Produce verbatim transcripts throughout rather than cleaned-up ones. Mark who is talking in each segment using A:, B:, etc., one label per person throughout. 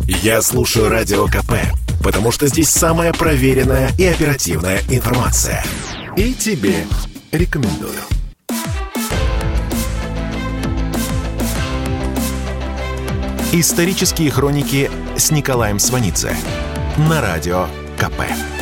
A: Я слушаю Радио КП, потому что здесь самая проверенная и оперативная информация. И тебе рекомендую. Исторические хроники с Николаем Сванидзе на Радио КП.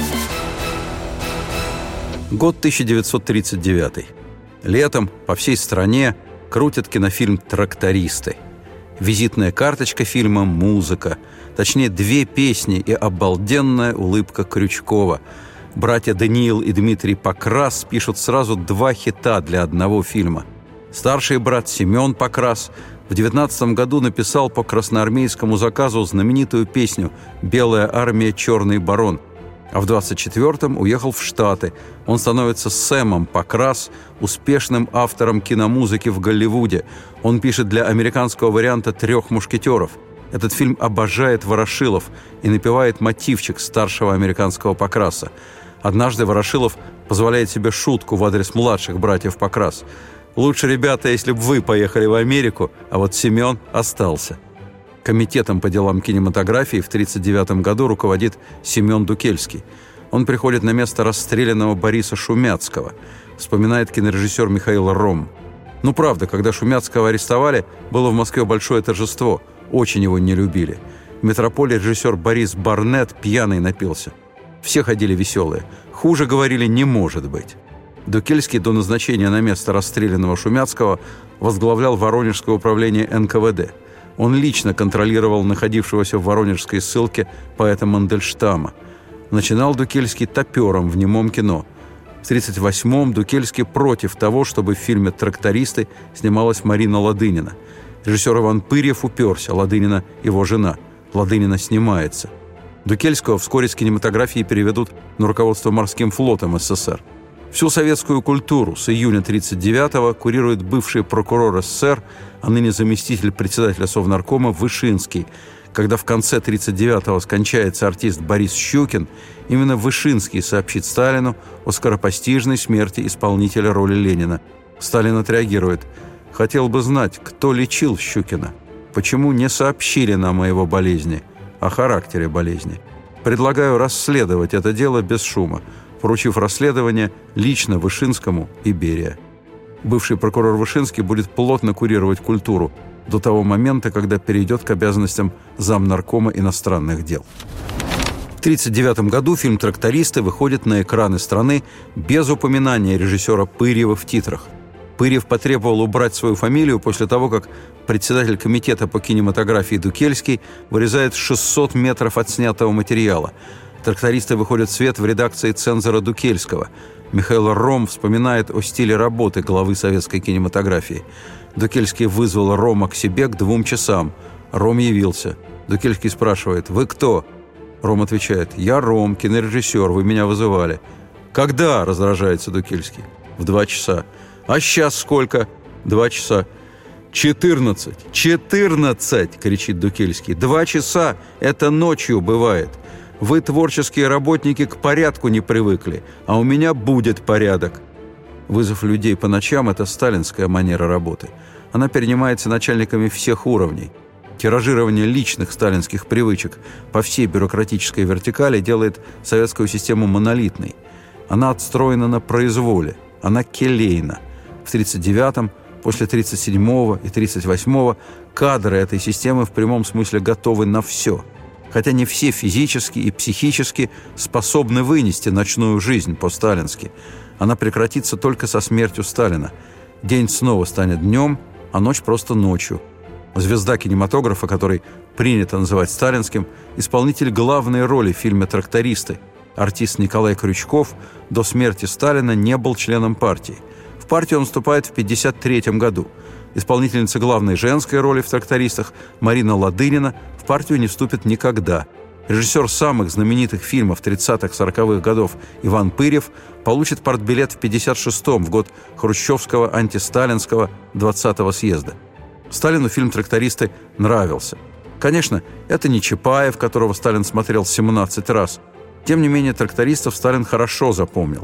B: Год тысяча девятьсот тридцать девятый. Летом по всей стране крутят кинофильм «Трактористы». Визитная карточка фильма — музыка. Точнее, две песни и обалденная улыбка Крючкова. Братья Даниил и Дмитрий Покрас пишут сразу два хита для одного фильма. Старший брат Семен Покрас в девятнадцатом году написал по красноармейскому заказу знаменитую песню «Белая армия, черный барон». А в двадцать четвёртом уехал в Штаты. Он становится Сэмом Покрас, успешным автором киномузыки в Голливуде. Он пишет для американского варианта «Трех мушкетеров». Этот фильм обожает Ворошилов и напевает мотивчик старшего американского Покраса. Однажды Ворошилов позволяет себе шутку в адрес младших братьев Покрас. «Лучше, ребята, если бы вы поехали в Америку, а вот Семен остался». Комитетом по делам кинематографии в тридцать девятом году руководит Семен Дукельский. Он приходит на место расстрелянного Бориса Шумяцкого. Вспоминает кинорежиссер Михаил Ром. Ну, правда, когда Шумяцкого арестовали, было в Москве большое торжество. Очень его не любили. В метрополе режиссер Борис Барнетт пьяный напился. Все ходили веселые. Хуже, говорили, не может быть. Дукельский до назначения на место расстрелянного Шумяцкого возглавлял Воронежское управление эн ка вэ дэ. Он лично контролировал находившегося в воронежской ссылке поэта Мандельштама. Начинал Дукельский топером в немом кино. В тридцать восьмом Дукельский против того, чтобы в фильме «Трактористы» снималась Марина Ладынина. Режиссер Иван Пырьев уперся, Ладынина – его жена. Ладынина снимается. Дукельского вскоре с кинематографии переведут на руководство морским флотом эс эс эр. Всю советскую культуру с июня тридцать девятого курирует бывший прокурор эс эс эр, а ныне заместитель председателя Совнаркома Вышинский. Когда в конце тридцать девятого скончается артист Борис Щукин, именно Вышинский сообщит Сталину о скоропостижной смерти исполнителя роли Ленина. Сталин отреагирует: «Хотел бы знать, кто лечил Щукина. Почему не сообщили нам о его болезни, о характере болезни? Предлагаю расследовать это дело без шума», поручив расследование лично Вышинскому и Берия. Бывший прокурор Вышинский будет плотно курировать культуру до того момента, когда перейдет к обязанностям замнаркома иностранных дел. В тысяча девятьсот тридцать девятом году фильм «Трактористы» выходит на экраны страны без упоминания режиссера Пырьева в титрах. Пырьев потребовал убрать свою фамилию после того, как председатель комитета по кинематографии Дукельский вырезает шестьсот метров отснятого материала. «Трактористы» выходят в свет в редакции цензора Дукельского. Михаил Ром вспоминает о стиле работы главы советской кинематографии. Дукельский вызвал Рома к себе к двум часам. Ром явился. Дукельский спрашивает: «Вы кто?» Ром отвечает: «Я Ром, кинорежиссер, вы меня вызывали». «Когда?» – раздражается Дукельский. «В два часа». «А сейчас сколько?» «Два часа». «Четырнадцать! Четырнадцать!» – кричит Дукельский. «Два часа – это ночью бывает. Вы, творческие работники, к порядку не привыкли, а у меня будет порядок». Вызов людей по ночам – это сталинская манера работы. Она перенимается начальниками всех уровней. Тиражирование личных сталинских привычек по всей бюрократической вертикали делает советскую систему монолитной. Она отстроена на произволе, она келейна. В тридцать девятом, после тридцать седьмого и тридцать восьмого кадры этой системы в прямом смысле готовы на все. Хотя не все физически и психически способны вынести ночную жизнь по-сталински. Она прекратится только со смертью Сталина. День снова станет днем, а ночь просто ночью. Звезда кинематографа, который принято называть сталинским, исполнитель главной роли в фильме «Трактористы». Артист Николай Крючков до смерти Сталина не был членом партии. В партию он вступает в пятьдесят третьем году. Исполнительница главной женской роли в «Трактористах» Марина Ладынина в партию не вступит никогда. Режиссер самых знаменитых фильмов тридцатых-сороковых годов Иван Пырьев получит партбилет в пятьдесят шестом, в год хрущевского антисталинского двадцатого съезда. Сталину фильм «Трактористы» нравился. Конечно, это не Чапаев, которого Сталин смотрел семнадцать раз. Тем не менее, «Трактористов» Сталин хорошо запомнил.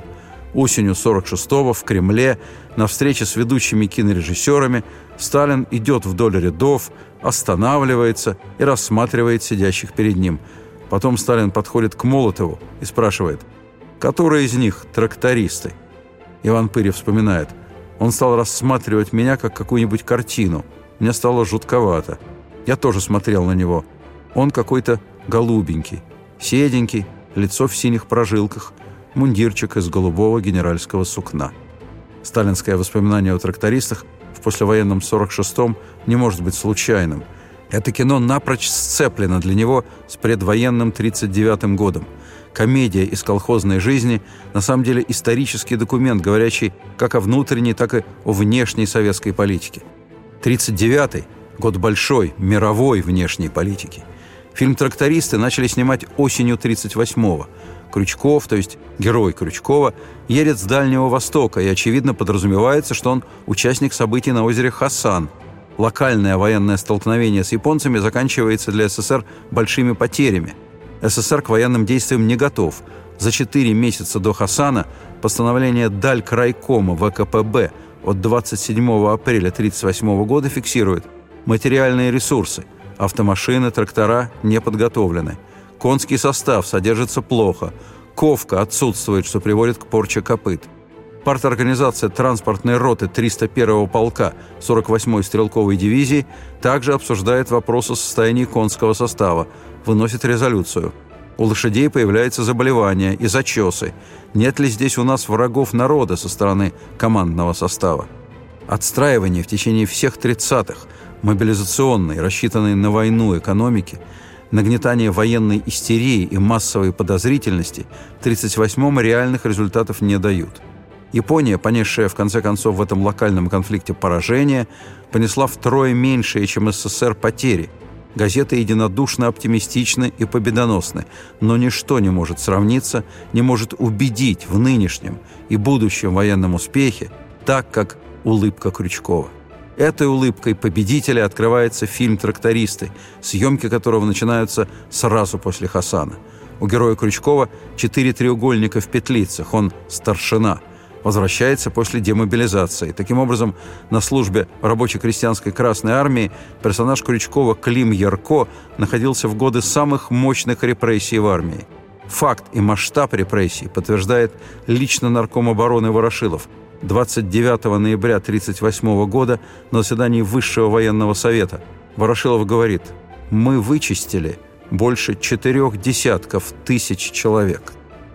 B: Осенью сорок шестого в Кремле на встрече с ведущими кинорежиссерами Сталин идет вдоль рядов, останавливается и рассматривает сидящих перед ним. Потом Сталин подходит к Молотову и спрашивает: «Которые из них трактористы?» Иван Пырьев вспоминает: «Он стал рассматривать меня как какую-нибудь картину. Мне стало жутковато. Я тоже смотрел на него. Он какой-то голубенький, седенький, лицо в синих прожилках, мундирчик из голубого генеральского сукна». Сталинское воспоминание о трактористах в послевоенном сорок шестом не может быть случайным. Это кино напрочь сцеплено для него с предвоенным тридцать девятым годом. Комедия из колхозной жизни на самом деле исторический документ, говорящий как о внутренней, так и о внешней советской политике. тридцать девятый – год большой, мировой внешней политики. Фильм «Трактористы» начали снимать осенью тридцать восьмого. Крючков, то есть герой Крючкова, едет с Дальнего Востока, и, очевидно, подразумевается, что он участник событий на озере Хасан. Локальное военное столкновение с японцами заканчивается для СССР большими потерями. СССР к военным действиям не готов. За четыре месяца до Хасана постановление Далькрайкома ВКПБ от двадцать седьмого апреля тридцать восьмого года фиксирует: материальные ресурсы, автомашины, трактора не подготовлены, конский состав содержится плохо, ковка отсутствует, что приводит к порче копыт. Парторганизация транспортной роты триста первого полка сорок восьмой стрелковой дивизии также обсуждает вопрос о состоянии конского состава, выносит резолюцию. У лошадей появляются заболевания и зачесы. Нет ли здесь у нас врагов народа со стороны командного состава? Отстраивание в течение всех тридцатых мобилизационной, рассчитанной на войну экономики, нагнетание военной истерии и массовой подозрительности в тридцать восьмом реальных результатов не дают. Япония, понесшая в конце концов в этом локальном конфликте поражение, понесла втрое меньшие, чем СССР, потери. Газеты единодушно оптимистичны и победоносны, но ничто не может сравниться, не может убедить в нынешнем и будущем военном успехе так, как улыбка Крючкова. Этой улыбкой победителя открывается фильм «Трактористы», съемки которого начинаются сразу после Хасана. У героя Крючкова четыре треугольника в петлицах, он старшина. Возвращается после демобилизации. Таким образом, на службе в рабоче-крестьянской Красной Армии персонаж Крючкова Клим Ярко находился в годы самых мощных репрессий в армии. Факт и масштаб репрессий подтверждает лично нарком обороны Ворошилов. двадцать девятого ноября тысяча девятьсот тридцать восьмого года на заседании Высшего военного совета Ворошилов говорит: «Мы вычистили больше четырех десятков тысяч человек».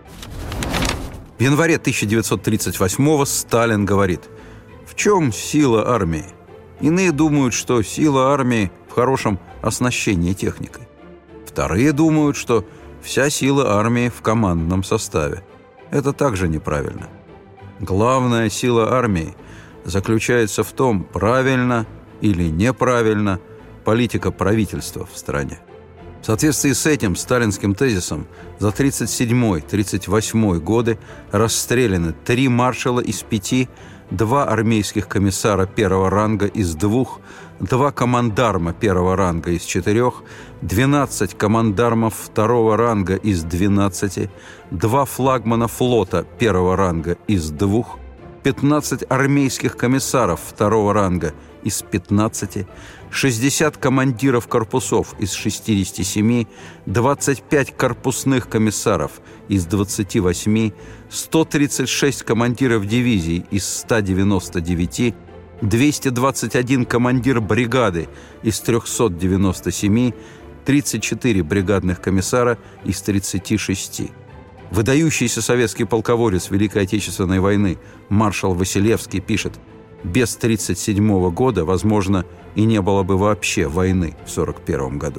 B: В январе тысяча девятьсот тридцать восьмого Сталин говорит: «В чем сила армии? Иные думают, что сила армии в хорошем оснащении техникой. Вторые думают, что вся сила армии в командном составе. Это также неправильно. Главная сила армии заключается в том, правильно или неправильно политика правительства в стране». В соответствии с этим сталинским тезисом за тридцать седьмой — тридцать восьмой годы расстреляны три маршала из пяти, два армейских комиссара первого ранга из двух, два командарма первого ранга из четырех, двенадцать командармов второго ранга из двенадцати, два флагмана флота первого ранга из двух, пятнадцать армейских комиссаров второго ранга из пятнадцати, шестьдесят командиров корпусов из шестидесяти семи, двадцать пять корпусных комиссаров из двадцати восьми, сто тридцать шесть командиров дивизий из ста девяноста девяти, двести двадцать один командир бригады из трехсот девяноста семи, тридцать четыре бригадных комиссара из тридцати шести. Выдающийся советский полководец Великой Отечественной войны маршал Василевский пишет: «Без тридцать седьмого года, возможно, и не было бы вообще войны в сорок первом году».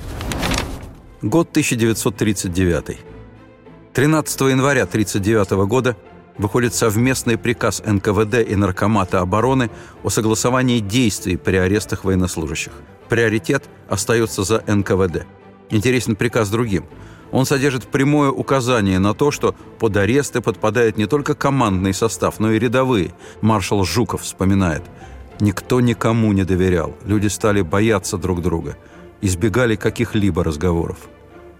B: Год тысяча девятьсот тридцать девятый. тринадцатого января тридцать девятого года выходит совместный приказ эн ка вэ дэ и Наркомата обороны о согласовании действий при арестах военнослужащих. Приоритет остается за эн ка вэ дэ. Интересен приказ другим. Он содержит прямое указание на то, что под аресты подпадает не только командный состав, но и рядовые. Маршал Жуков вспоминает: «Никто никому не доверял. Люди стали бояться друг друга, избегали каких-либо разговоров.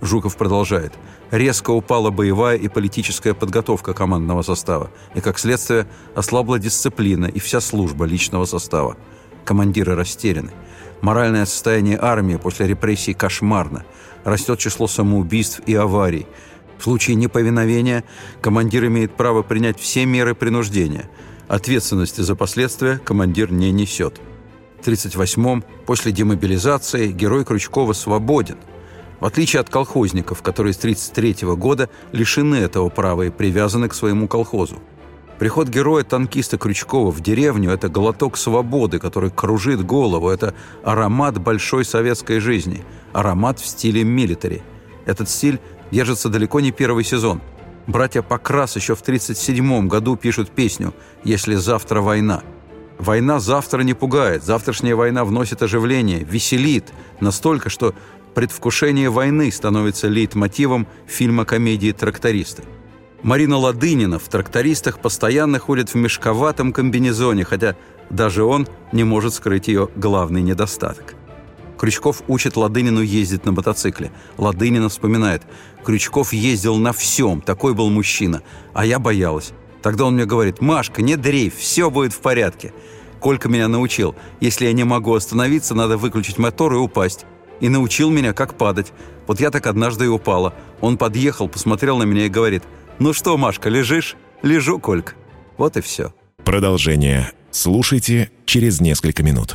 B: Жуков продолжает. Резко упала боевая и политическая подготовка командного состава, и, как следствие, ослабла дисциплина и вся служба личного состава. Командиры растеряны. Моральное состояние армии после репрессий кошмарно. Растет число самоубийств и аварий. В случае неповиновения командир имеет право принять все меры принуждения. Ответственности за последствия командир не несет. В тридцать восьмом, после демобилизации, герой Крючкова свободен. В отличие от колхозников, которые с тридцать третьего года лишены этого права и привязаны к своему колхозу. Приход героя-танкиста Крючкова в деревню – это глоток свободы, который кружит голову. Это аромат большой советской жизни. Аромат в стиле милитари. Этот стиль держится далеко не первый сезон. Братья Покрас еще в тридцать седьмом году пишут песню «Если завтра война». Война завтра не пугает. Завтрашняя война вносит оживление, веселит. Настолько, что предвкушение войны становится лейтмотивом фильма-комедии «Трактористы». Марина Ладынина в «Трактористах» постоянно ходит в мешковатом комбинезоне, хотя даже он не может скрыть ее главный недостаток. Крючков учит Ладынину ездить на мотоцикле. Ладынина вспоминает: «Крючков ездил на всем, такой был мужчина, а я боялась. Тогда он мне говорит: Машка, не дрейф, все будет в порядке. Колька меня научил, если я не могу остановиться, надо выключить мотор и упасть. И научил меня, как падать. Вот я так однажды и упала. Он подъехал, посмотрел на меня и говорит: ну что, Машка, лежишь? Лежу, Колька». Вот и все.
A: Продолжение слушайте через несколько минут.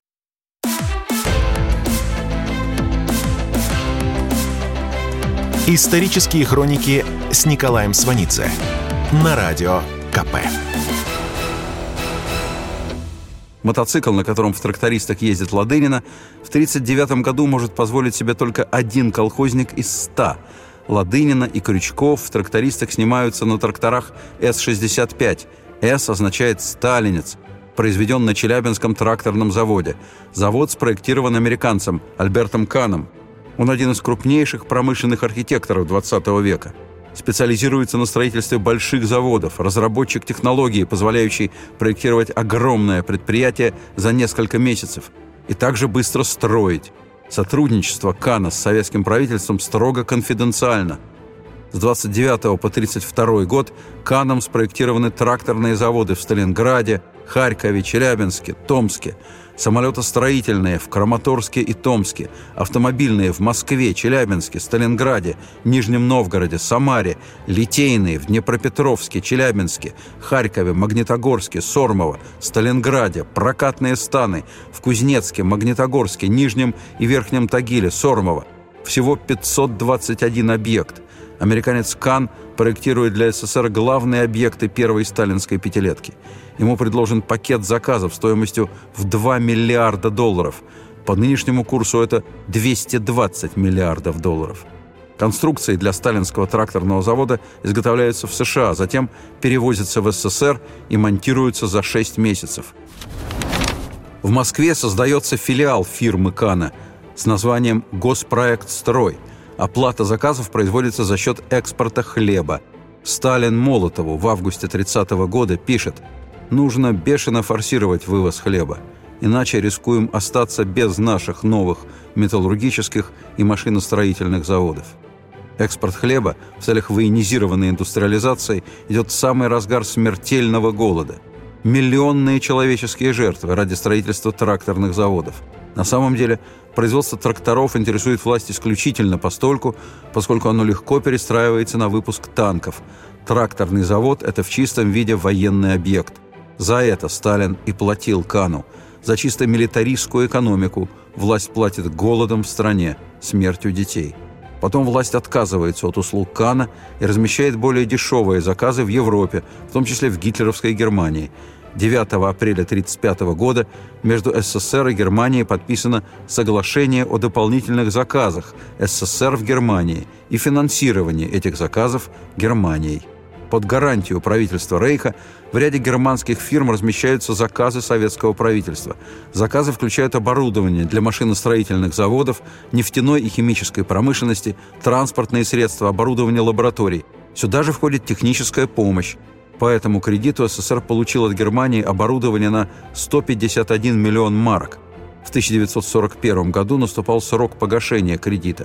A: Исторические хроники с Николаем Сванидзе на Радио КП.
B: Мотоцикл, на котором в «Трактористах» ездит Ладынина, в тридцать девятом году может позволить себе только один колхозник из ста. Ладынина и Крючков в «Трактористах» снимаются на тракторах эс шестьдесят пять. «С» означает «сталинец», произведен на Челябинском тракторном заводе. Завод спроектирован американцем Альбертом Каном. Он один из крупнейших промышленных архитекторов двадцатого века. Специализируется на строительстве больших заводов, разработчик технологии, позволяющей проектировать огромное предприятие за несколько месяцев и также быстро строить. Сотрудничество Кана с советским правительством строго конфиденциально. С двадцать девятого по тридцать второй год Каном спроектированы тракторные заводы в Сталинграде, Харькове, Челябинске, Томске, самолетостроительные в Краматорске и Томске, автомобильные в Москве, Челябинске, Сталинграде, Нижнем Новгороде, Самаре, литейные в Днепропетровске, Челябинске, Харькове, Магнитогорске, Сормово, Сталинграде, прокатные станы в Кузнецке, Магнитогорске, Нижнем и Верхнем Тагиле, Сормово. Всего пятьсот двадцать один объект. Американец Кан проектирует для СССР главные объекты первой сталинской пятилетки. Ему предложен пакет заказов стоимостью в два миллиарда долларов. По нынешнему курсу это двести двадцать миллиардов долларов. Конструкции для сталинского тракторного завода изготовляются в США, затем перевозятся в СССР и монтируются за шесть месяцев. В Москве создается филиал фирмы Кана с названием «Госпроект Строй». Оплата заказов производится за счет экспорта хлеба. Сталин Молотову в августе тридцатого года пишет: «Нужно бешено форсировать вывоз хлеба, иначе рискуем остаться без наших новых металлургических и машиностроительных заводов». Экспорт хлеба в целях военизированной индустриализации идет в самый разгар смертельного голода. Миллионные человеческие жертвы ради строительства тракторных заводов. На самом деле, производство тракторов интересует власть исключительно постольку, поскольку оно легко перестраивается на выпуск танков. Тракторный завод – это в чистом виде военный объект. За это Сталин и платил Кану. За чисто милитаристскую экономику власть платит голодом в стране, смертью детей. Потом власть отказывается от услуг Кана и размещает более дешевые заказы в Европе, в том числе в гитлеровской Германии. девятого апреля тысяча девятьсот тридцать пятого года между СССР и Германией подписано соглашение о дополнительных заказах СССР в Германии и финансировании этих заказов Германией. Под гарантию правительства Рейха в ряде германских фирм размещаются заказы советского правительства. Заказы включают оборудование для машиностроительных заводов, нефтяной и химической промышленности, транспортные средства, оборудование лабораторий. Сюда же входит техническая помощь. По этому кредиту СССР получил от Германии оборудование на сто пятьдесят один миллион марок. В тысяча девятьсот сорок первом году наступал срок погашения кредита.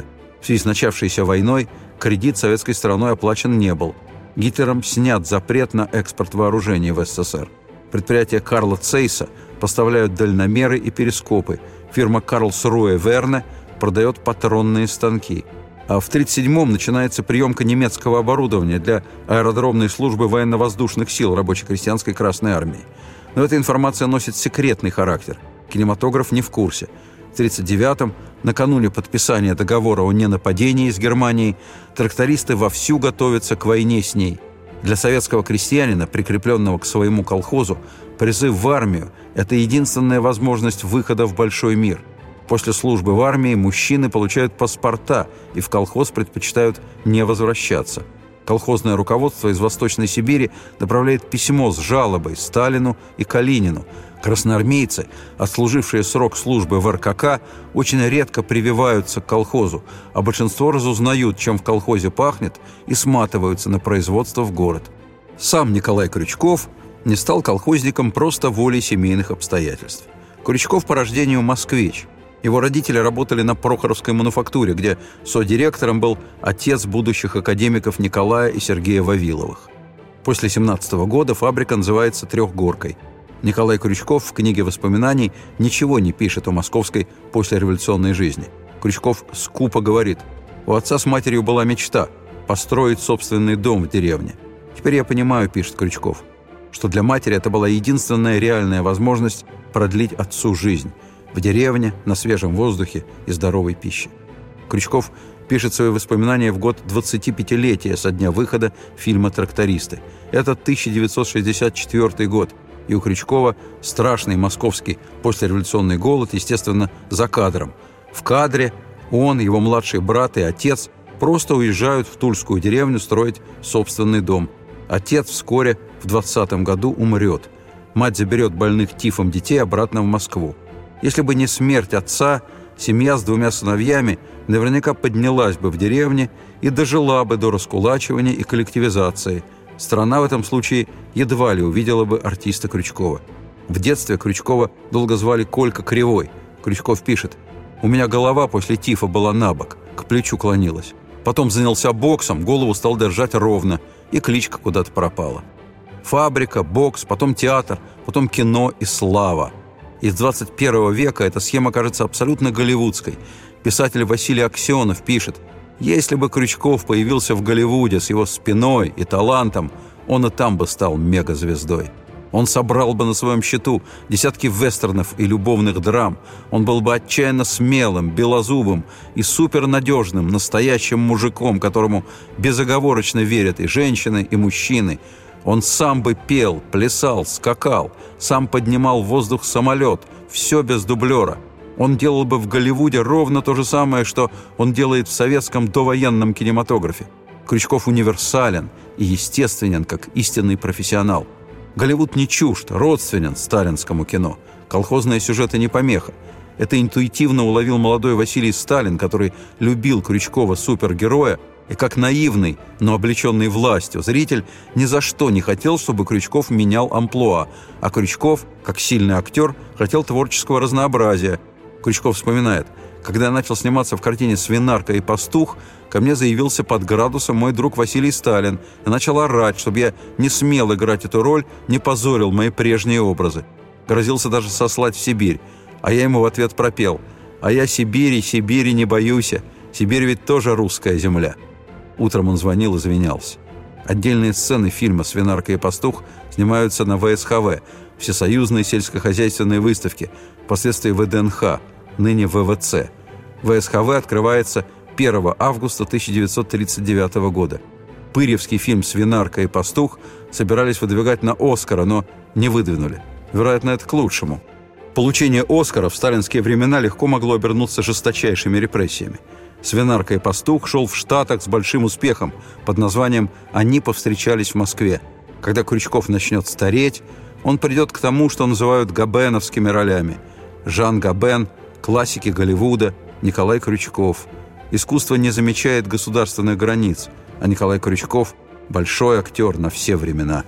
B: В связи с начавшейся войной кредит советской стороной оплачен не был. Гитлером снят запрет на экспорт вооружений в СССР. Предприятия Карла Цейса поставляют дальномеры и перископы. Фирма Карлсруэ Верне продает патронные станки. А в тысяча девятьсот тридцать седьмом начинается приемка немецкого оборудования для аэродромной службы военно-воздушных сил рабоче-крестьянской Красной Армии. Но эта информация носит секретный характер. Кинематограф не в курсе. В тысяча девятьсот тридцать девятом, накануне подписания договора о ненападении с Германией, трактористы вовсю готовятся к войне с ней. Для советского крестьянина, прикрепленного к своему колхозу, призыв в армию – это единственная возможность выхода в большой мир. После службы в армии мужчины получают паспорта и в колхоз предпочитают не возвращаться. Колхозное руководство из Восточной Сибири направляет письмо с жалобой Сталину и Калинину. Красноармейцы, отслужившие срок службы в эр ка ка, очень редко прививаются к колхозу, а большинство разузнают, чем в колхозе пахнет, и сматываются на производство в город. Сам Николай Крючков не стал колхозником просто волей семейных обстоятельств. Крючков по рождению москвич. Его родители работали на Прохоровской мануфактуре, где содиректором был отец будущих академиков Николая и Сергея Вавиловых. После семнадцатого года фабрика называется «Трехгоркой». Николай Крючков в книге воспоминаний ничего не пишет о московской послереволюционной жизни. Крючков скупо говорит: «У отца с матерью была мечта – построить собственный дом в деревне. Теперь я понимаю, – пишет Крючков, – что для матери это была единственная реальная возможность продлить отцу жизнь в деревне, на свежем воздухе и здоровой пище». Крючков пишет свои воспоминания в год двадцатипятилетия со дня выхода фильма «Трактористы». Это тысяча девятьсот шестьдесят четвёртый год, и у Крючкова страшный московский послереволюционный голод, естественно, за кадром. В кадре он, его младший брат и отец просто уезжают в Тульскую деревню строить собственный дом. Отец вскоре в двадцатом году умрет. Мать заберет больных тифом детей обратно в Москву. Если бы не смерть отца, семья с двумя сыновьями наверняка поднялась бы в деревне и дожила бы до раскулачивания и коллективизации. Страна в этом случае едва ли увидела бы артиста Крючкова. В детстве Крючкова долго звали Колька Кривой. Крючков пишет: «У меня голова после тифа была набок, к плечу клонилась. Потом занялся боксом, голову стал держать ровно, и кличка куда-то пропала. Фабрика, бокс, потом театр, потом кино и слава». Из двадцать первого века эта схема кажется абсолютно голливудской. Писатель Василий Аксенов пишет: «Если бы Крючков появился в Голливуде с его спиной и талантом, он и там бы стал мегазвездой. Он собрал бы на своем счету десятки вестернов и любовных драм. Он был бы отчаянно смелым, белозубым и супернадежным, настоящим мужиком, которому безоговорочно верят и женщины, и мужчины. Он сам бы пел, плясал, скакал, сам поднимал в воздух самолет, все без дублера. Он делал бы в Голливуде ровно то же самое, что он делает в советском довоенном кинематографе. Крючков универсален и естественен, как истинный профессионал. Голливуд не чужд, родственен сталинскому кино. Колхозные сюжеты не помеха. Это интуитивно уловил молодой Василий Сталин, который любил Крючкова супергероя, и как наивный, но облеченный властью зритель ни за что не хотел, чтобы Крючков менял амплуа, а Крючков, как сильный актер, хотел творческого разнообразия. Крючков вспоминает: «Когда я начал сниматься в картине «Свинарка и пастух», ко мне заявился под градусом мой друг Василий Сталин и начал орать, чтобы я не смел играть эту роль, не позорил мои прежние образы. Грозился даже сослать в Сибирь. А я ему в ответ пропел: «А я Сибири, Сибири не боюсь. Сибирь ведь тоже русская земля». Утром он звонил и извинялся. Отдельные сцены фильма «Свинарка и пастух» снимаются на вэ эс ха вэ, Всесоюзной сельскохозяйственной выставке, впоследствии вэ дэ эн ха, ныне вэ вэ цэ. вэ эс ха вэ открывается первого августа тысяча девятьсот тридцать девятого года. Пырьевский фильм «Свинарка и пастух» собирались выдвигать на «Оскара», но не выдвинули. Вероятно, это к лучшему. Получение «Оскара» в сталинские времена легко могло обернуться жесточайшими репрессиями. «Свинарка и пастух» шел в Штатах с большим успехом под названием «Они повстречались в Москве». Когда Крючков начнет стареть, он придет к тому, что называют габеновскими ролями. Жан Габен, классики Голливуда, Николай Крючков. Искусство не замечает государственных границ, а Николай Крючков – большой актер на все времена.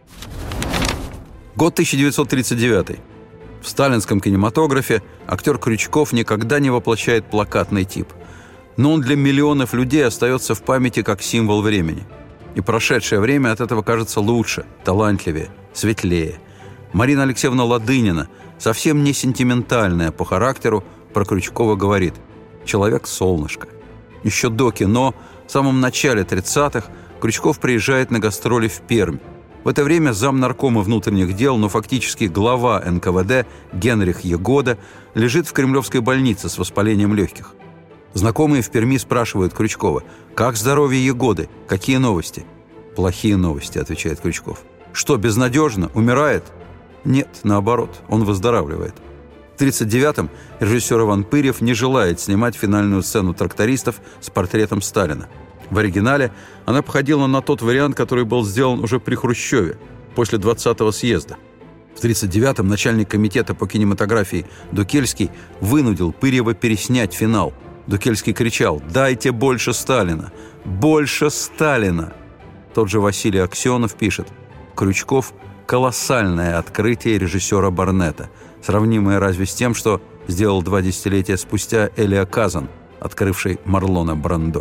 B: Год тысяча девятьсот тридцать девятый. В сталинском кинематографе актер Крючков никогда не воплощает плакатный тип. но он для миллионов людей остается в памяти как символ времени. И прошедшее время от этого кажется лучше, талантливее, светлее. Марина Алексеевна Ладынина, совсем не сентиментальная по характеру, про Крючкова говорит: «Человек-солнышко». Еще до кино, в самом начале тридцатых, Крючков приезжает на гастроли в Пермь. В это время замнаркома внутренних дел, но фактически глава эн ка вэ дэ Генрих Ягода лежит в кремлевской больнице с воспалением легких. Знакомые в Перми спрашивают Крючкова: «Как здоровье Ягоды? Какие новости?» «Плохие новости», — отвечает Крючков. «Что, безнадежно? Умирает?» Нет, наоборот, он выздоравливает. В тридцать девятом режиссер Иван Пырьев не желает снимать финальную сцену «Трактористов» с портретом Сталина. В оригинале она походила на тот вариант, который был сделан уже при Хрущеве, после двадцатого съезда. В тридцать девятом начальник комитета по кинематографии Дукельский вынудил Пырьева переснять финал. Дукельский кричал: «Дайте больше Сталина! Больше Сталина!» Тот же Василий Аксенов пишет: «Крючков – колоссальное открытие режиссера Барнетта, сравнимое разве с тем, что сделал два десятилетия спустя Элиа Казан, открывший Марлона Брандо».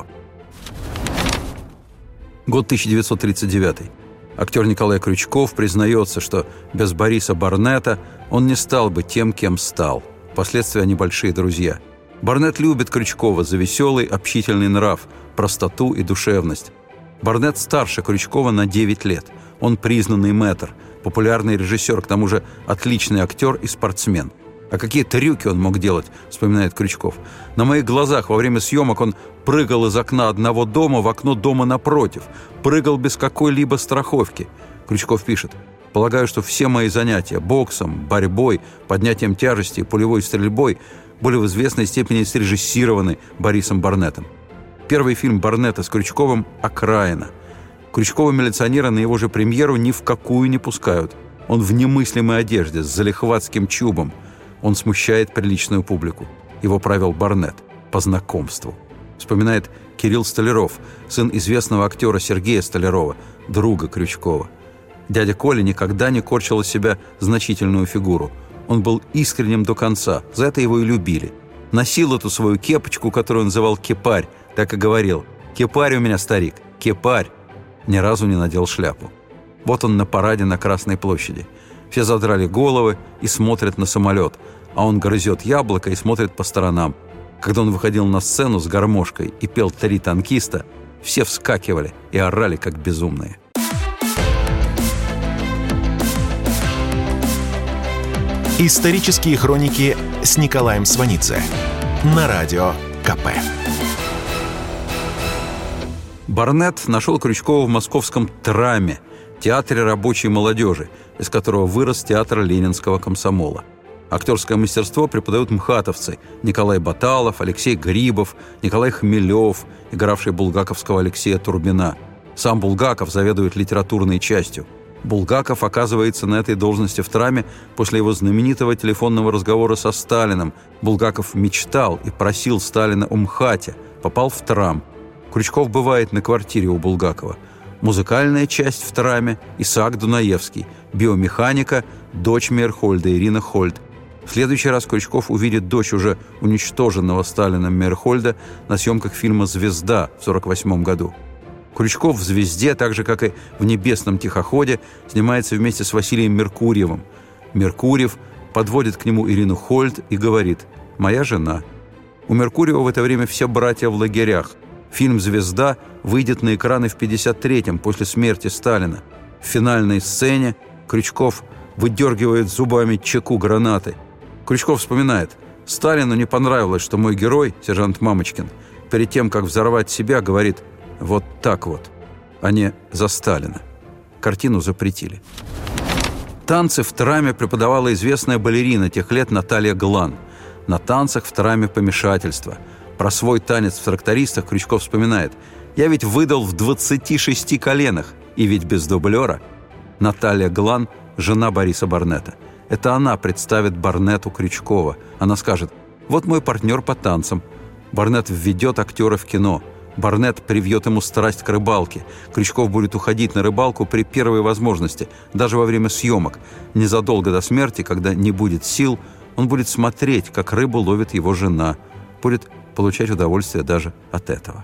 B: Год тысяча девятьсот тридцать девятый. Актер Николай Крючков признается, что без Бориса Барнетта он не стал бы тем, кем стал. Впоследствии они большие друзья. Барнетт любит Крючкова за веселый, общительный нрав, простоту и душевность. Барнетт старше Крючкова на девять лет. Он признанный мэтр, популярный режиссер, к тому же отличный актер и спортсмен. А какие трюки он мог делать, вспоминает Крючков. На моих глазах во время съемок он прыгал из окна одного дома в окно дома напротив, прыгал без какой-либо страховки. Крючков пишет: «Полагаю, что все мои занятия боксом, борьбой, поднятием тяжести, пулевой стрельбой были в известной степени срежиссированы Борисом Барнеттом». Первый фильм Барнетта с Крючковым «Окраина». Крючкова-милиционера на его же премьеру ни в какую не пускают. Он в немыслимой одежде, с залихватским чубом. Он смущает приличную публику. Его правил Барнетт по знакомству. Вспоминает Кирилл Столяров, сын известного актера Сергея Столярова, друга Крючкова. Дядя Коля никогда не корчил из себя значительную фигуру. Он был искренним до конца, за это его и любили. Носил эту свою кепочку, которую он называл «кепарь», так и говорил: «Кепарь у меня, старик, кепарь». Ни разу не надел шляпу. Вот он на параде на Красной площади. Все задрали головы и смотрят на самолет, а он грызет яблоко и смотрит по сторонам. Когда он выходил на сцену с гармошкой и пел «Три танкиста», все вскакивали и орали, как безумные.
A: Исторические хроники с Николаем Сванидзе на Радио ка пэ.
B: Барнетт нашел Крючкова в московском ТРАМе, театре рабочей молодежи, из которого вырос театр ленинского комсомола. Актерское мастерство преподают мхатовцы Николай Баталов, Алексей Грибов, Николай Хмелев, игравший булгаковского Алексея Турбина. Сам Булгаков заведует литературной частью. Булгаков оказывается на этой должности в ТРАМе после его знаменитого телефонного разговора со Сталиным. Булгаков мечтал и просил Сталина о МХАТе, попал в ТРАМ. Крючков бывает на квартире у Булгакова. Музыкальная часть в ТРАМе – Исаак Дунаевский, биомеханика – дочь Мейерхольда Ирина Хольд. В следующий раз Крючков увидит дочь уже уничтоженного Сталином Мейерхольда на съемках фильма «Звезда» в сорок восьмом году. Крючков в «Звезде», так же, как и в «Небесном тихоходе», снимается вместе с Василием Меркурьевым. Меркурьев подводит к нему Ирину Хольд и говорит: «Моя жена». У Меркурьева в это время все братья в лагерях. Фильм «Звезда» выйдет на экраны в пятьдесят третьем, после смерти Сталина. В финальной сцене Крючков выдергивает зубами чеку гранаты. Крючков вспоминает: «Сталину не понравилось, что мой герой, сержант Мамочкин, перед тем, как взорвать себя, говорит: вот так вот, а не за Сталина». Картину запретили. Танцы в ТРАМе преподавала известная балерина тех лет Наталья Глан. На танцах в ТРАМе помешательство. Про свой танец в «Трактористах» Крючков вспоминает: «Я ведь выдал в двадцати шести коленах, и ведь без дублера». Наталья Глан – жена Бориса Барнетта. Это она представит Барнетту Крючкова. Она скажет: «Вот мой партнер по танцам». Барнетт введет актера в кино. Барнетт привьет ему страсть к рыбалке. Крючков будет уходить на рыбалку при первой возможности, даже во время съемок. Незадолго до смерти, когда не будет сил, он будет смотреть, как рыбу ловит его жена. Будет получать удовольствие даже от этого.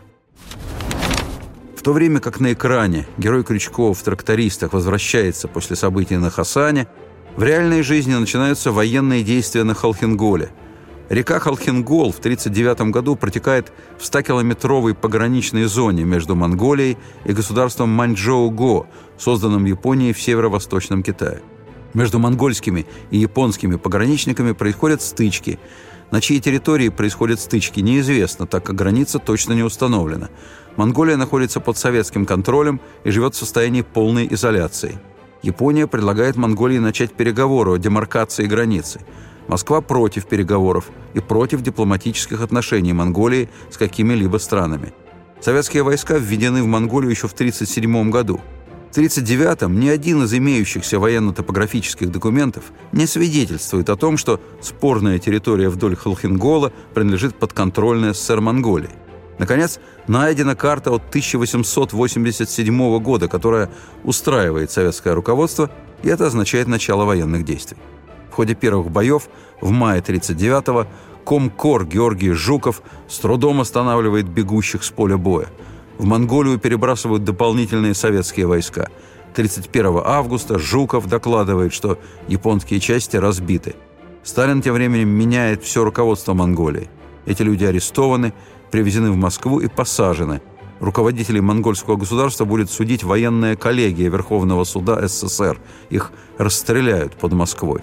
B: В то время как на экране герой Крючкова в «Трактористах» возвращается после событий на Хасане, в реальной жизни начинаются военные действия на Холхенголе. Река Холхенгол в тысяча девятьсот тридцать девятом году протекает в стокилометровой пограничной зоне между Монголией и государством Маньчжоу-Го, созданным Японией в северо-восточном Китае. Между монгольскими и японскими пограничниками происходят стычки. На чьей территории происходят стычки, неизвестно, так как граница точно не установлена. Монголия находится под советским контролем и живет в состоянии полной изоляции. Япония предлагает Монголии начать переговоры о демаркации границы. Москва против переговоров и против дипломатических отношений Монголии с какими-либо странами. Советские войска введены в Монголию еще в тысяча девятьсот тридцать седьмом году. В тысяча девятьсот тридцать девятом ни один из имеющихся военно-топографических документов не свидетельствует о том, что спорная территория вдоль Холхенгола принадлежит подконтрольной СССР Монголии. Наконец, найдена карта от тысяча восемьсот восемьдесят седьмого года, которая устраивает советское руководство, и это означает начало военных действий. В ходе первых боев в мае тысяча девятьсот тридцать девятого комкор Георгий Жуков с трудом останавливает бегущих с поля боя. В Монголию перебрасывают дополнительные советские войска. тридцать первого августа Жуков докладывает, что японские части разбиты. Сталин тем временем меняет все руководство Монголии. Эти люди арестованы, привезены в Москву и посажены. Руководителей монгольского государства будет судить военная коллегия Верховного суда СССР. Их расстреляют под Москвой.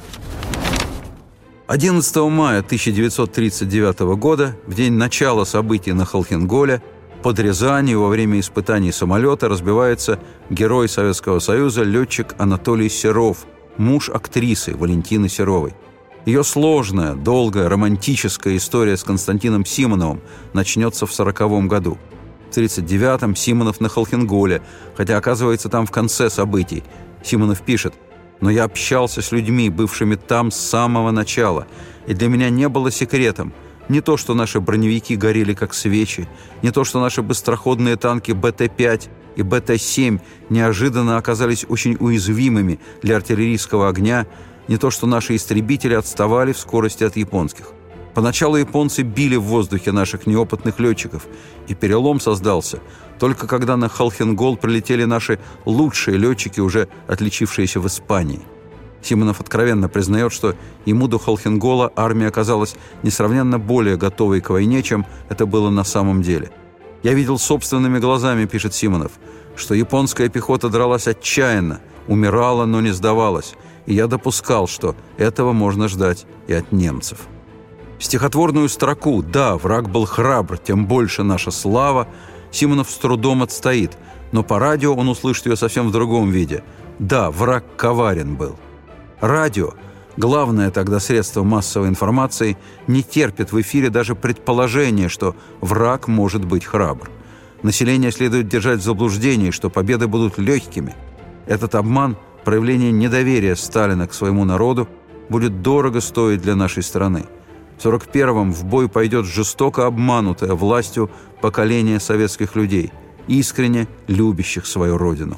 B: одиннадцатого мая тысяча девятьсот тридцать девятого года, в день начала событий на Холхенголе, под Рязанью во время испытаний самолета разбивается герой Советского Союза, летчик Анатолий Серов, муж актрисы Валентины Серовой. Ее сложная, долгая, романтическая история с Константином Симоновым начнется в сороковом году. В тридцать девятом Симонов на Холхенголе, хотя оказывается там в конце событий. Симонов пишет: «Но я общался с людьми, бывшими там с самого начала, и для меня не было секретом не то, что наши броневики горели как свечи, не то, что наши быстроходные танки Бэ Тэ пять и Бэ Тэ семь неожиданно оказались очень уязвимыми для артиллерийского огня, не то, что наши истребители отставали в скорости от японских. Поначалу японцы били в воздухе наших неопытных летчиков, и перелом создался только когда на Холхенгол прилетели наши лучшие летчики, уже отличившиеся в Испании». Симонов откровенно признает, что ему до Холхенгола армия оказалась несравненно более готовой к войне, чем это было на самом деле. «Я видел собственными глазами, — пишет Симонов, — что японская пехота дралась отчаянно, умирала, но не сдавалась, и я допускал, что этого можно ждать и от немцев». Стихотворную строку «Да, враг был храбр, тем больше наша слава» Симонов с трудом отстоит, но по радио он услышит ее совсем в другом виде. «Да, враг коварен был». Радио, главное тогда средство массовой информации, не терпит в эфире даже предположения, что враг может быть храбр. Население следует держать в заблуждении, что победы будут легкими. Этот обман, проявление недоверия Сталина к своему народу, будет дорого стоить для нашей страны. В сорок первом в бой пойдет жестоко обманутое властью поколение советских людей, искренне любящих свою родину.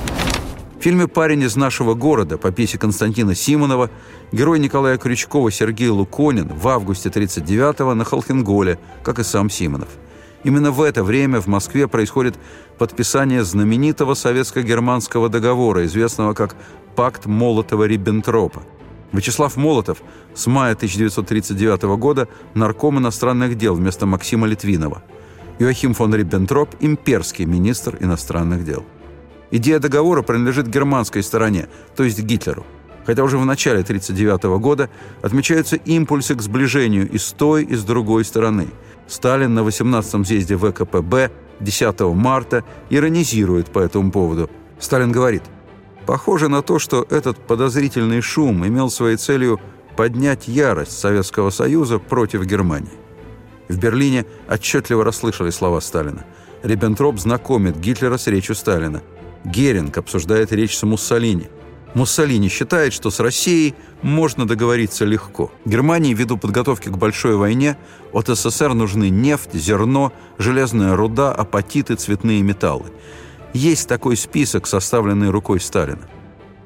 B: В фильме «Парень из нашего города» по пьесе Константина Симонова герой Николая Крючкова Сергей Луконин в августе тридцать девятого на Холхенголе, как и сам Симонов. Именно в это время в Москве происходит подписание знаменитого советско-германского договора, известного как «Пакт Молотова-Риббентропа». Вячеслав Молотов с мая тысяча девятьсот тридцать девятого года нарком иностранных дел вместо Максима Литвинова. Йоахим фон Риббентроп – имперский министр иностранных дел. Идея договора принадлежит германской стороне, то есть Гитлеру. Хотя уже в начале тысяча девятьсот тридцать девятого года отмечаются импульсы к сближению и с той, и с другой стороны. Сталин на восемнадцатом съезде вэ ка пэ бэ десятого марта иронизирует по этому поводу. Сталин говорит: «Похоже на то, что этот подозрительный шум имел своей целью поднять ярость Советского Союза против Германии». В Берлине отчетливо расслышали слова Сталина. Риббентроп знакомит Гитлера с речью Сталина. Геринг обсуждает речь с Муссолини. Муссолини считает, что с Россией можно договориться легко. Германии, ввиду подготовки к большой войне, от эс эс эс эр нужны нефть, зерно, железная руда, апатиты, цветные металлы. Есть такой список, составленный рукой Сталина.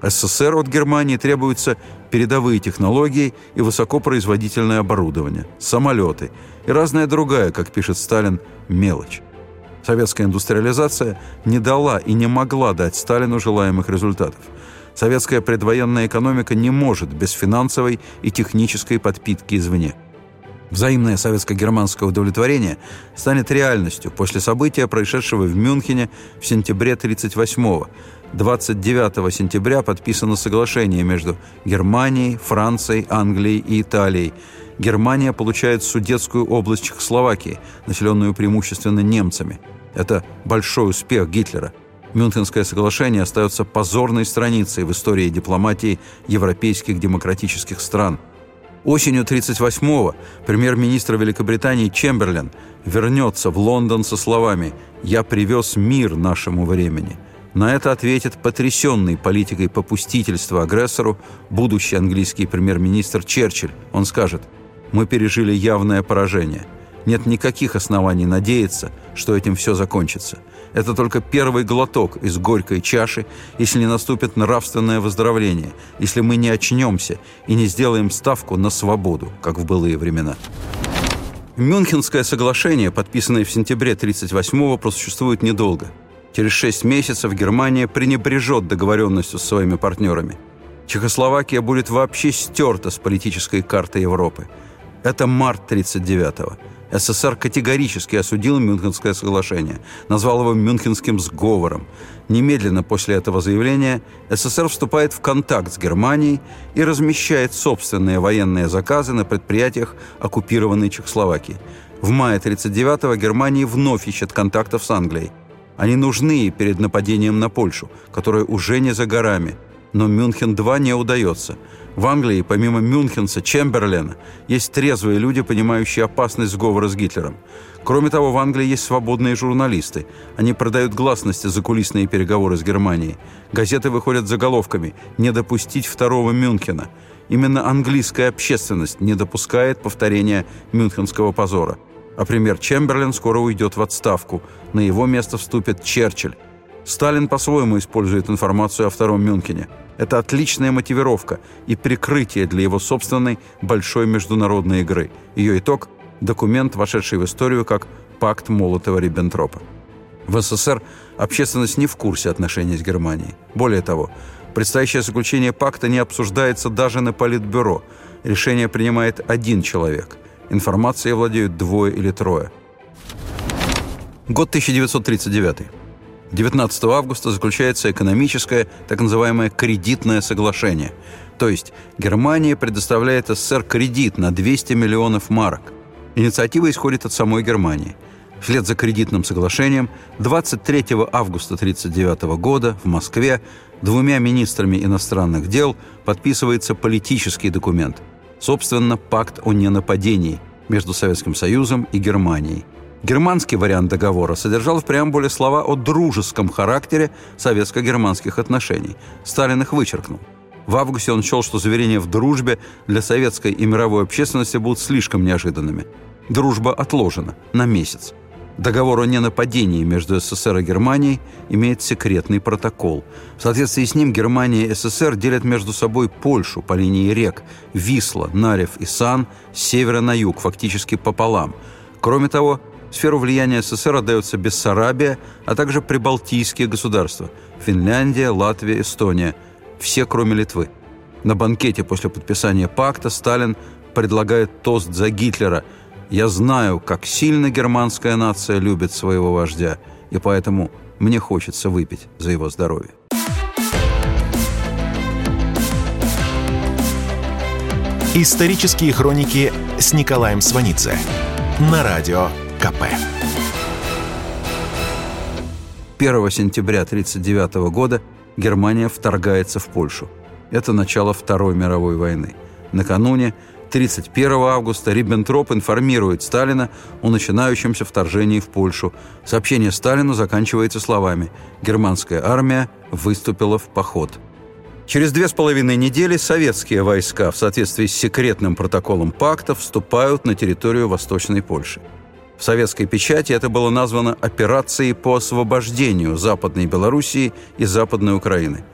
B: СССР от Германии требуются передовые технологии и высокопроизводительное оборудование, самолеты и разная другая, как пишет Сталин, мелочь. Советская индустриализация не дала и не могла дать Сталину желаемых результатов. Советская предвоенная экономика не может без финансовой и технической подпитки извне. Взаимное советско-германское удовлетворение станет реальностью после события, происшедшего в Мюнхене в сентябре тысяча девятьсот тридцать восьмого. двадцать девятого сентября подписано соглашение между Германией, Францией, Англией и Италией. Германия получает Судетскую область Чехословакии, населенную преимущественно немцами. Это большой успех Гитлера. Мюнхенское соглашение остается позорной страницей в истории дипломатии европейских демократических стран. Осенью тысяча девятьсот тридцать восьмого премьер-министр Великобритании Чемберлен вернется в Лондон со словами «Я привез мир нашему времени». На это ответит потрясенный политикой попустительства агрессору будущий английский премьер-министр Черчилль. Он скажет: «Мы пережили явное поражение. Нет никаких оснований надеяться, что этим все закончится. Это только первый глоток из горькой чаши, если не наступит нравственное выздоровление, если мы не очнемся и не сделаем ставку на свободу, как в былые времена». Мюнхенское соглашение, подписанное в сентябре тысяча девятьсот тридцать восьмого, просуществует недолго. Через шесть месяцев Германия пренебрежет договоренностью с своими партнерами. Чехословакия будет вообще стерта с политической карты Европы. Это март тридцать девятого. СССР категорически осудил Мюнхенское соглашение, назвал его Мюнхенским сговором. Немедленно после этого заявления СССР вступает в контакт с Германией и размещает собственные военные заказы на предприятиях оккупированной Чехословакии. В мае тридцать девятого Германия вновь ищет контактов с Англией. Они нужны перед нападением на Польшу, которое уже не за горами. Но Мюнхен-два не удается. В Англии, помимо мюнхенца Чемберлена, есть трезвые люди, понимающие опасность сговора с Гитлером. Кроме того, в Англии есть свободные журналисты. Они продают гласности закулисные переговоры с Германией. Газеты выходят заголовками «Не допустить второго Мюнхена». Именно английская общественность не допускает повторения мюнхенского позора. А премьер Чемберлен скоро уйдет в отставку. На его место вступит Черчилль. Сталин по-своему использует информацию о втором Мюнхене. Это отличная мотивировка и прикрытие для его собственной большой международной игры. Ее итог – документ, вошедший в историю как «Пакт Молотова-Риббентропа». В СССР общественность не в курсе отношений с Германией. Более того, предстоящее заключение пакта не обсуждается даже на Политбюро. Решение принимает один человек. Информацией владеют двое или трое. Год тысяча девятьсот тридцать девятый. девятнадцатого августа заключается экономическое, так называемое кредитное соглашение. То есть Германия предоставляет СССР кредит на двести миллионов марок. Инициатива исходит от самой Германии. Вслед за кредитным соглашением двадцать третьего августа тысяча девятьсот тридцать девятого года в Москве двумя министрами иностранных дел подписывается политический документ. Собственно, пакт о ненападении между Советским Союзом и Германией. Германский вариант договора содержал в преамбуле слова о дружеском характере советско-германских отношений. Сталин их вычеркнул. В августе он счел, что заверения в дружбе для советской и мировой общественности будут слишком неожиданными. Дружба отложена на месяц. Договор о ненападении между СССР и Германией имеет секретный протокол. В соответствии с ним Германия и СССР делят между собой Польшу по линии рек Висла, Нарев и Сан с севера на юг, фактически пополам. Кроме того, в сферу влияния СССР отдается Бессарабия, а также прибалтийские государства – Финляндия, Латвия, Эстония. Все, кроме Литвы. На банкете после подписания пакта Сталин предлагает тост за Гитлера. «Я знаю, как сильно германская нация любит своего вождя, и поэтому мне хочется выпить за его здоровье».
A: Исторические хроники с Николаем Сванидзе на Радио КП.
B: первого сентября тысяча девятьсот тридцать девятого года Германия вторгается в Польшу. Это начало Второй мировой войны. Накануне, тридцать первого августа, Риббентроп информирует Сталина о начинающемся вторжении в Польшу. Сообщение Сталину заканчивается словами: «Германская армия выступила в поход». Через две с половиной недели советские войска в соответствии с секретным протоколом пакта вступают на территорию Восточной Польши. В советской печати это было названо «Операцией по освобождению Западной Белоруссии и Западной Украины».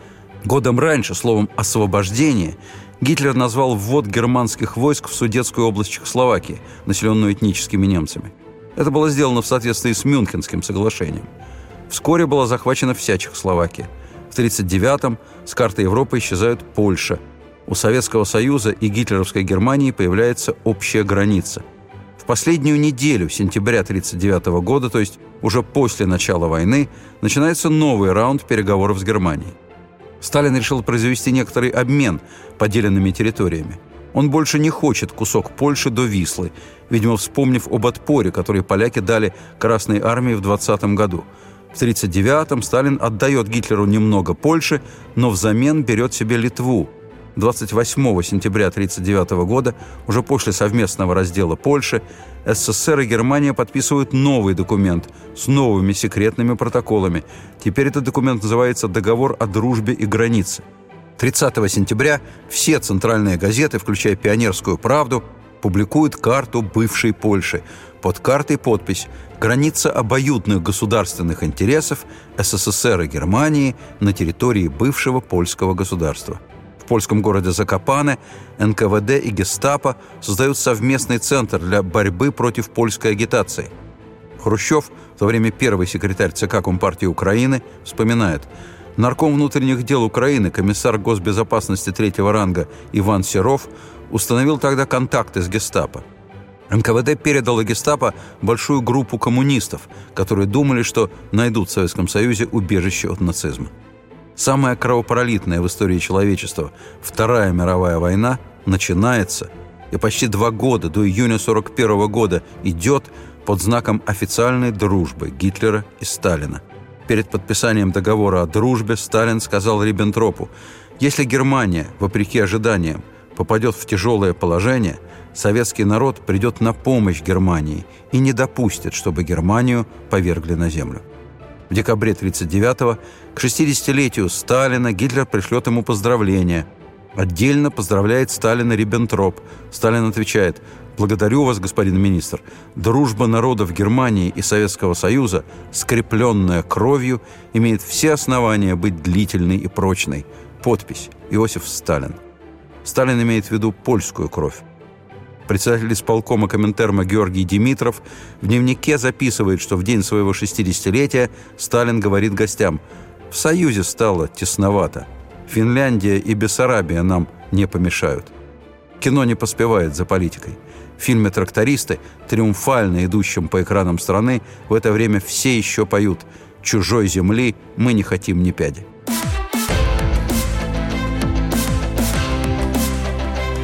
B: Годом раньше словом «освобождение» Гитлер назвал ввод германских войск в Судетскую область Чехословакии, населенную этническими немцами. Это было сделано в соответствии с Мюнхенским соглашением. Вскоре была захвачена вся Чехословакия. В тридцать девятом с карты Европы исчезают Польша. У Советского Союза и гитлеровской Германии появляется общая граница. В последнюю неделю сентября тридцать девятого года, то есть уже после начала войны, начинается новый раунд переговоров с Германией. Сталин решил произвести некоторый обмен поделенными территориями. Он больше не хочет кусок Польши до Вислы, видимо, вспомнив об отпоре, который поляки дали Красной армии в двадцатом году. В тридцать девятом Сталин отдает Гитлеру немного Польши, но взамен берет себе Литву. двадцать восьмого сентября тридцать девятого года, уже после совместного раздела Польши, СССР и Германия подписывают новый документ с новыми секретными протоколами. Теперь этот документ называется «Договор о дружбе и границе». тридцатого сентября все центральные газеты, включая «Пионерскую правду», публикуют карту бывшей Польши. Под картой подпись «Граница обоюдных государственных интересов СССР и Германии на территории бывшего польского государства». В польском городе Закопане эн ка вэ дэ и гестапо создают совместный центр для борьбы против польской агитации. Хрущев, в то время первый секретарь ЦК Компартии Украины, вспоминает: нарком внутренних дел Украины, комиссар госбезопасности третьего ранга Иван Серов установил тогда контакты с гестапо. эн ка вэ дэ передало гестапо большую группу коммунистов, которые думали, что найдут в Советском Союзе убежище от нацизма. Самая кровопролитная в истории человечества Вторая мировая война начинается и почти два года до июня сорок первого года идет под знаком официальной дружбы Гитлера и Сталина. Перед подписанием договора о дружбе Сталин сказал Риббентропу: «Если Германия, вопреки ожиданиям, попадет в тяжелое положение, советский народ придет на помощь Германии и не допустит, чтобы Германию повергли на землю». В декабре тридцать девятого к шестидесятилетию Сталина Гитлер пришлет ему поздравления. Отдельно поздравляет Сталина Риббентроп. Сталин отвечает: «Благодарю вас, господин министр. Дружба народов Германии и Советского Союза, скрепленная кровью, имеет все основания быть длительной и прочной». Подпись: Иосиф Сталин. Сталин имеет в виду польскую кровь. Председатель исполкома Коминтерна Георгий Димитров в дневнике записывает, что в день своего шестидесятилетия Сталин говорит гостям: «В Союзе стало тесновато. Финляндия и Бессарабия нам не помешают». Кино не поспевает за политикой. В фильме «Трактористы», триумфально идущем по экранам страны, в это время все еще поют: «Чужой земли мы не хотим ни пяди».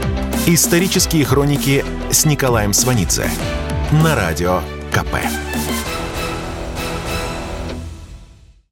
A: Исторические хроники с Николаем Сванидзе на радио ка пэ.